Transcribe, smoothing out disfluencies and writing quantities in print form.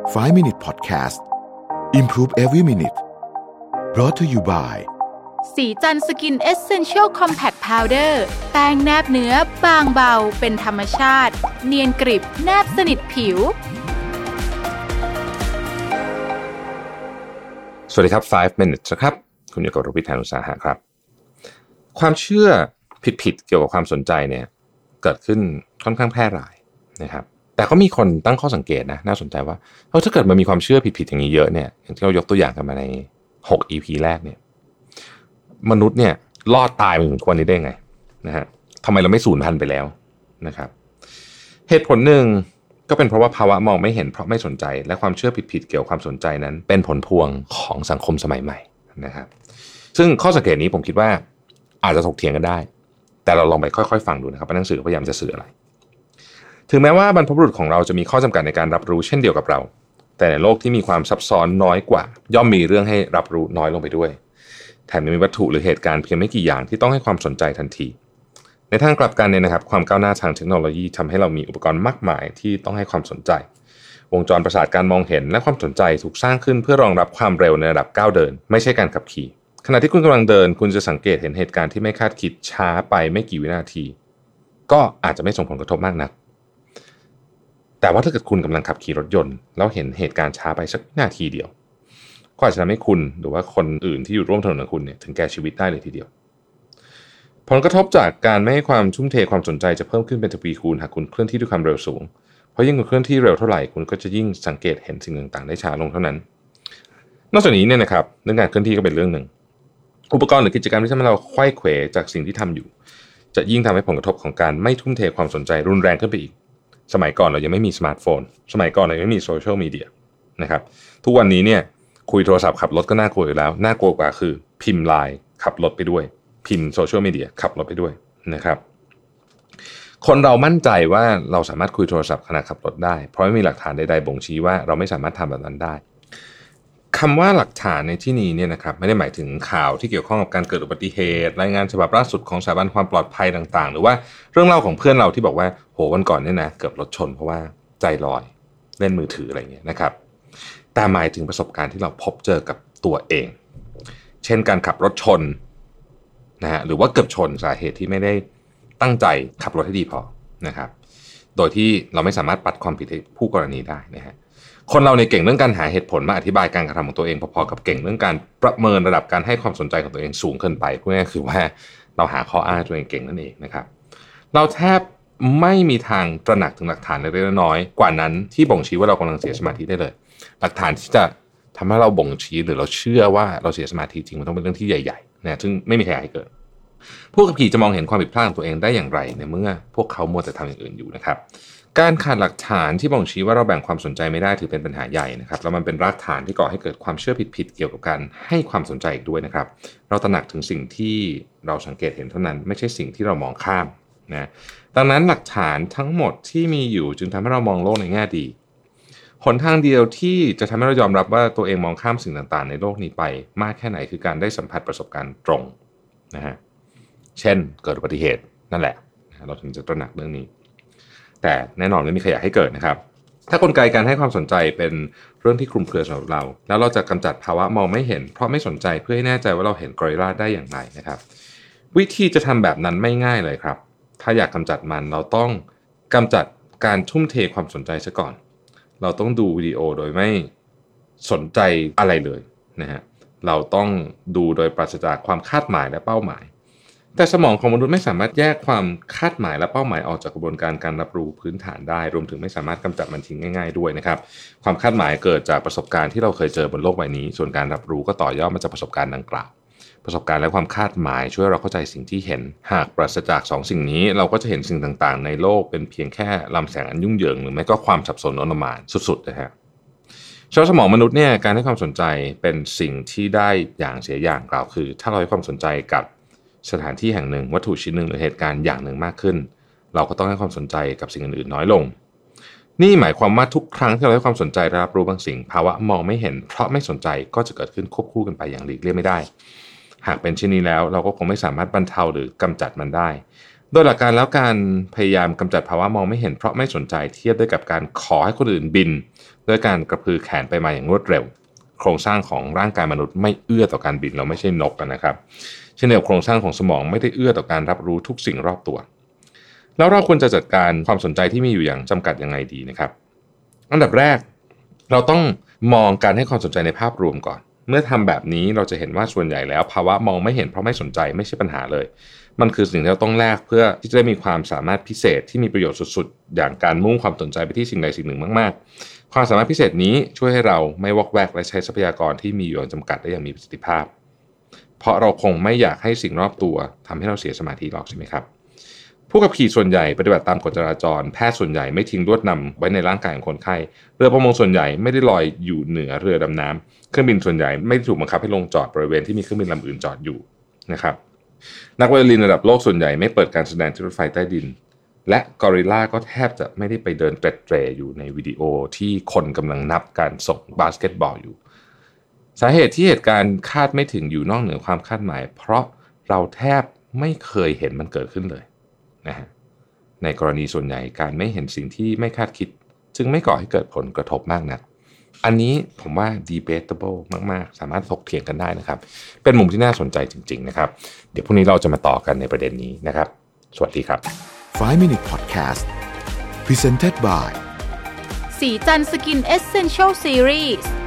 5 Minute Podcast Improve Every Minute brought to you by สีจันทร์สกินเอสเซนเชียลคอมแพคพาวเดอร์แป้งแนบเนื้อบางเบาเป็นธรรมชาติเนียนกริบแนบสนิทผิวสวัสดีครับ5 minutes นะครับคุณอยู่กับรวิทย์ หาญอุตสาหะครับความเชื่อผิดๆเกี่ยวกับความสนใจเนี่ยเกิดขึ้นค่อนข้างแพร่หลายนะครับแต่ก็มีคนตั้งข้อสังเกตนะน่าสนใจว่าถ้าเกิดมันมีความเชื่อผิดๆอย่างนี้เยอะเนี่ยอย่างที่เรายกตัวอย่างกันมาใน6 EP แรกเนี่ยมนุษย์เนี่ยรอดตายมาถึงทุกวันนี้ได้ไงนะฮะทำไมเราไม่สูญพันธุ์ไปแล้วนะครับเหตุผลหนึ่งก็เป็นเพราะว่าภาวะมองไม่เห็นเพราะไม่สนใจและความเชื่อผิดๆเกี่ยวกับความสนใจนั้นเป็นผลพวงของสังคมสมัยใหม่นะครับซึ่งข้อสังเกตนี้ผมคิดว่าอาจจะถกเถียงกันได้แต่เราลองไปค่อยๆฟังดูนะครับว่าหนังสือพยายามจะสื่ออะไรถึงแม้ว่าบรรพบุรุษของเราจะมีข้อจำกัดในการรับรู้เช่นเดียวกับเราแต่ในโลกที่มีความซับซ้อนน้อยกว่าย่อมมีเรื่องให้รับรู้น้อยลงไปด้วยแถมยังมีวัตถุหรือเหตุการณ์เพียงไม่กี่อย่างที่ต้องให้ความสนใจทันทีในทางกลับกันเนี่ยนะครับความก้าวหน้าทางเทคโนโลยีทำให้เรามีอุปกรณ์มากมายที่ต้องให้ความสนใจวงจรประสาทการมองเห็นและความสนใจถูกสร้างขึ้นเพื่อรองรับความเร็วในระดับก้าวเดินไม่ใช่การขับขี่ขณะที่คุณกำลังเดินคุณจะสังเกตเห็นเหตุการณ์ที่ไม่คาดคิดช้าไปไม่กี่วินาทีก็อาจจะไม่ส่งผลกระทบมากนักแต่ว่าถ้าเกิดคุณกำลังขับขี่รถยนต์แล้วเห็นเหตุการณ์ช้าไปสักวินาทีเดียวก็อาจจะทำให้คุณหรือว่าคนอื่นที่อยู่ร่วมถนนกับคุณเนี่ยถึงแก่ชีวิตได้เลยทีเดียวผลกระทบจากการไม่ให้ความทุ่มเทความสนใจจะเพิ่มขึ้นเป็นทวีคูณหากคุณเคลื่อนที่ด้วยความเร็วสูงเพราะยิ่งคุณเคลื่อนที่เร็วเท่าไหร่คุณก็จะยิ่งสังเกตเห็นสิ่งต่างๆได้ช้าลงเท่านั้นนอกจากนี้เนี่ยนะครับเรื่องการเคลื่อนที่ก็เป็นเรื่องนึงอุปกรณ์หรือกิจกรรมที่ทำให้เราไขว้เขวจากสิ่งที่ทำอยู่จะยิ่งทำให้ผลกระทบของการไม่ทุ่มเทความสนใจรุนแรงขึ้นไปอีกสมัยก่อนเรายังไม่มีสมาร์ทโฟนสมัยก่อนเรายังไม่มีโซเชียลมีเดียนะครับทุกวันนี้เนี่ยคุยโทรศัพท์ขับรถก็น่ากลัวอยู่แล้วน่ากลัวกว่าคือพิมพ์ไลน์ขับรถไปด้วยพิมพ์โซเชียลมีเดียขับรถไปด้วยนะครับคนเรามั่นใจว่าเราสามารถคุยโทรศัพท์ขณะขับรถได้เพราะไม่มีหลักฐานใดๆบ่งชี้ว่าเราไม่สามารถทำแบบนั้นได้คำว่าหลักฐานในที่นี้เนี่ยนะครับไม่ได้หมายถึงข่าวที่เกี่ยวข้องกับการเกิดอุบัติเหตุรายงานฉบับล่าสุดของสถาบันความปลอดภัยต่างๆหรือว่าเรื่องเล่าของเพื่อนเราที่บอกว่าโหวันก่อนเนี่ยนะเกือบรถชนเพราะว่าใจลอยเล่นมือถืออะไรเงี้ยนะครับแต่หมายถึงประสบการณ์ที่เราพบเจอกับตัวเองเช่นการขับรถชนนะฮะหรือว่าเกือบชนสาเหตุที่ไม่ได้ตั้งใจขับรถให้ดีพอนะครับโดยที่เราไม่สามารถปัดความผิดให้ผู้กรณีได้นะฮะคนเราเนี่ยเก่งเรื่องการหาเหตุผลมาอธิบายการกระทำของตัวเองพอๆกับเก่งเรื่องการประเมินระดับการให้ความสนใจของตัวเองสูงเกินไปพูดง่ายๆคือว่าเราหาข้ออ้างตัวเองเก่งนั่นเองนะครับเราแทบไม่มีทางตระหนักถึงหลักฐานเล็กๆน้อยๆกว่านั้นที่บ่งชี้ว่าเรากำลังเสียสมาธิได้เลยหลักฐานที่จะทำให้เราบ่งชี้หรือเราเชื่อว่าเราเสียสมาธิจริงมันต้องเป็นเรื่องที่ใหญ่ๆนะซึ่งไม่มีใครอยากให้เกิดผู้ขับขี่จะมองเห็นความผิดพลาดของตัวเองได้อย่างไรในเมื่อพวกเขามัวแต่ทำอย่างอื่นอยู่นะครับการขาดหลักฐานที่บ่งชี้ว่าเราแบ่งความสนใจไม่ได้ถือเป็นปัญหาใหญ่นะครับแล้วมันเป็นรากฐานที่ก่อให้เกิดความเชื่อผิดๆเกี่ยวกับการให้ความสนใจอีกด้วยนะครับเราตระหนักถึงสิ่งที่เราสังเกตเห็นเท่านั้นไม่ใช่สิ่งที่เรามองข้ามนะดังนั้นหลักฐานทั้งหมดที่มีอยู่จึงทำให้เรามองโลกในแง่ดีหนทางเดียวที่จะทำให้เรายอมรับว่าตัวเองมองข้ามสิ่งต่างๆในโลกนี้ไปมากแค่ไหนคือการได้สัมผัสประสบการณ์ตรงนะฮะเช่นเกิดอุบัติเหตุนั่นแหละเราถึงจะตระหนักเรื่องนี้แต่แน่นอนไม่มีใครอยากให้เกิดนะครับถ้ากลไกการให้ความสนใจเป็นเรื่องที่คลุมเครือสำหรับเราแล้วเราจะกำจัดภาวะมองไม่เห็นเพราะไม่สนใจเพื่อให้แน่ใจว่าเราเห็นกอริลลาได้อย่างไรนะครับวิธีจะทำแบบนั้นไม่ง่ายเลยครับถ้าอยากกำจัดมันเราต้องกำจัดการทุ่มเทความสนใจซะก่อนเราต้องดูวิดีโอโดยไม่สนใจอะไรเลยนะฮะเราต้องดูโดยปราศจากความคาดหมายและเป้าหมายแต่สมองของมนุษย์ไม่สามารถแยกความคาดหมายและเป้าหมายออกจากกระบวนการการรับรู้พื้นฐานได้รวมถึงไม่สามารถกำจัดมันทิ้งง่ายๆด้วยนะครับความคาดหมายเกิดจากประสบการณ์ที่เราเคยเจอบนโลกใบนี้ส่วนการรับรู้ก็ต่อยอดมาจากประสบการณ์ดังกล่าวประสบการณ์และความคาดหมายช่วยเราเข้าใจสิ่งที่เห็นหากปราศจาก2สิ่งนี้เราก็จะเห็นสิ่งต่างๆในโลกเป็นเพียงแค่ลำแสงอันยุ่งเหยิงหรือไม่ก็ความสับสนอนามานสุดๆนะฮะชาวสมองมนุษย์เนี่ยการให้ความสนใจเป็นสิ่งที่ได้อย่างเสียอย่างกล่าวคือถ้าเราให้ความสนใจกับสถานที่แห่งหนึ่งวัตถุชิ้นหนึ่งหรือเหตุการณ์อย่างหนึ่งมากขึ้นเราก็ต้องให้ความสนใจกับสิ่งอื่นๆน้อยลงนี่หมายความว่าทุกครั้งที่เราให้ความสนใจรับรู้บางสิ่งภาวะมองไม่เห็นเพราะไม่สนใจก็จะเกิดขึ้นควบคู่กันไปอย่างหลีกเลี่ยงไม่ได้หากเป็นเช่นนี้แล้วเราก็คงไม่สามารถบรรเทาหรือกำจัดมันได้โดยหลักการแล้วการพยายามกำจัดภาวะมองไม่เห็นเพราะไม่สนใจเทียบได้กับการขอให้คนอื่นบินด้วยการกระพือแขนไปมาอย่างรวดเร็วโครงสร้างของร่างกายมนุษย์ไม่เอื้อต่อการบินเราไม่ใช่นกนะครับเช่นเดียวกับโครงสร้างของสมองไม่ได้เอื้อต่อการรับรู้ทุกสิ่งรอบตัวแล้วเราควรจะจัดการความสนใจที่มีอยู่อย่างจำกัดยังไงดีนะครับอันดับแรกเราต้องมองการให้ความสนใจในภาพรวมก่อนเมื่อทำแบบนี้เราจะเห็นว่าส่วนใหญ่แล้วภาวะมองไม่เห็นเพราะไม่สนใจไม่ใช่ปัญหาเลยมันคือสิ่งที่เราต้องแลกเพื่อที่จะได้มีความสามารถพิเศษที่มีประโยชน์สุดๆอย่างการมุ่งความสนใจไปที่สิ่งใดสิ่งหนึ่งมากๆความสามารถพิเศษนี้ช่วยให้เราไม่วอกแวกและใช้ทรัพยากรที่มีอยู่อย่างจำกัดได้อย่างมีประสิทธิภาพเพราะเราคงไม่อยากให้สิ่งรอบตัวทำให้เราเสียสมาธิหรอกใช่ไหมครับผู้ขับขี่ส่วนใหญ่ปฏิบัติตามกฎจราจรแพทย์ส่วนใหญ่ไม่ทิ้งลวดนำไว้ในร่างกายของคนไข้เรือประมงส่วนใหญ่ไม่ได้ลอยอยู่เหนือเรือดำน้ำเครื่องบินส่วนใหญ่ไม่ถูกบังคับให้ลงจอดบริเวณที่มีเครื่องบินลำอื่นจอดอยู่นะครับนักไวโอลินระดับโลกส่วนใหญ่ไม่เปิดการแสดงที่รถไฟใต้ดินและกอริลลาก็แทบจะไม่ได้ไปเดินเตร่อยู่ในวิดีโอที่คนกำลังนับการส่งบาสเกตบอลอยู่สาเหตุที่เหตุการณ์คาดไม่ถึงอยู่นอกเหนือความคาดหมายเพราะเราแทบไม่เคยเห็นมันเกิดขึ้นเลยนะฮะในกรณีส่วนใหญ่การไม่เห็นสิ่งที่ไม่คาดคิดจึงไม่ก่อให้เกิดผลกระทบมากนักอันนี้ผมว่า debatable มากๆสามารถถกเถียงกันได้นะครับเป็นมุมที่น่าสนใจจริงๆนะครับเดี๋ยวพรุ่งนี้เราจะมาต่อกันในประเด็นนี้นะครับสวัสดีครับ 5 Minute Podcast Presented by สีจันทร์สกินเอสเซนเชียลซีรีส์